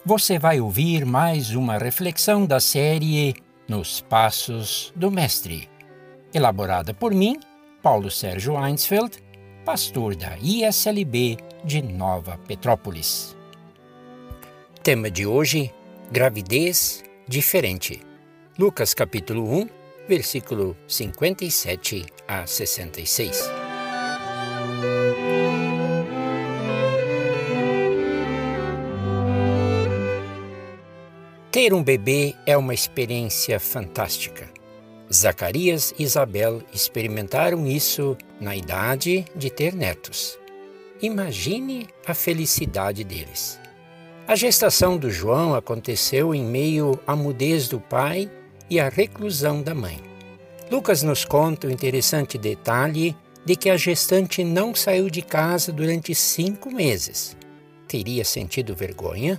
você vai ouvir mais uma reflexão da série Nos Passos do Mestre, elaborada por mim, Paulo Sérgio Einsfeld, pastor da ISLB de Nova Petrópolis. Tema de hoje: gravidez diferente. Lucas capítulo 1, versículo 57 a 66. Ter um bebê é uma experiência fantástica. Zacarias e Isabel experimentaram isso na idade de ter netos. Imagine a felicidade deles. A gestação do João aconteceu em meio à mudez do pai e à reclusão da mãe. Lucas nos conta o interessante detalhe de que a gestante não saiu de casa durante 5 meses. Teria sentido vergonha?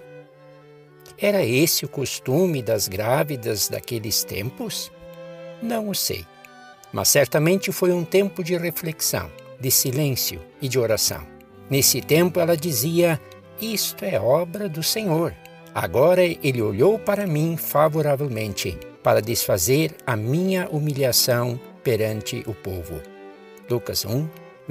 Era esse o costume das grávidas daqueles tempos? Não o sei, mas certamente foi um tempo de reflexão, de silêncio e de oração. Nesse tempo ela dizia: isto é obra do Senhor. Agora ele olhou para mim favoravelmente, para desfazer a minha humilhação perante o povo. Lucas 1,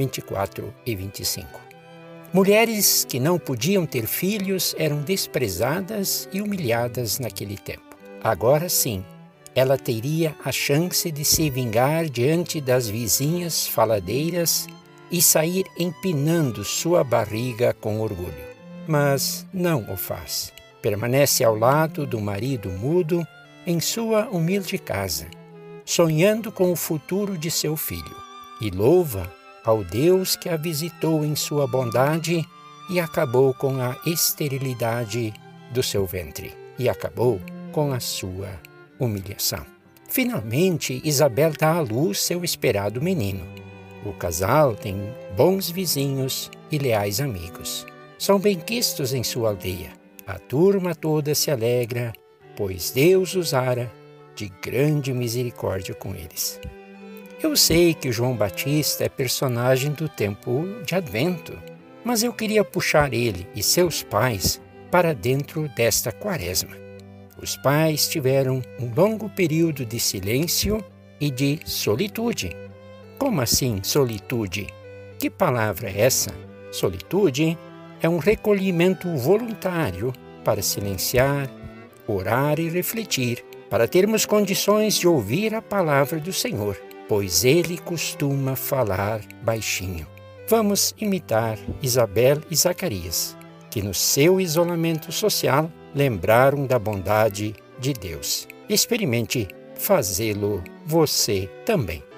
24 e 25. Mulheres que não podiam ter filhos eram desprezadas e humilhadas naquele tempo. Agora sim, ela teria a chance de se vingar diante das vizinhas faladeiras e sair empinando sua barriga com orgulho. Mas não o faz. Permanece ao lado do marido mudo em sua humilde casa, sonhando com o futuro de seu filho, e louva ao Deus que a visitou em sua bondade e acabou com a esterilidade do seu ventre, e acabou com a sua humilhação. Finalmente, Isabel dá à luz seu esperado menino. O casal tem bons vizinhos e leais amigos. São benquistos em sua aldeia. A turma toda se alegra, pois Deus usara de grande misericórdia com eles. Eu sei que João Batista é personagem do tempo de Advento, mas eu queria puxar ele e seus pais para dentro desta quaresma. Os pais tiveram um longo período de silêncio e de solitude. Como assim solitude? Que palavra é essa? Solitude é um recolhimento voluntário para silenciar, orar e refletir, para termos condições de ouvir a palavra do Senhor, pois Ele costuma falar baixinho. Vamos imitar Isabel e Zacarias, que no seu isolamento social lembraram da bondade de Deus. Experimente fazê-lo você também.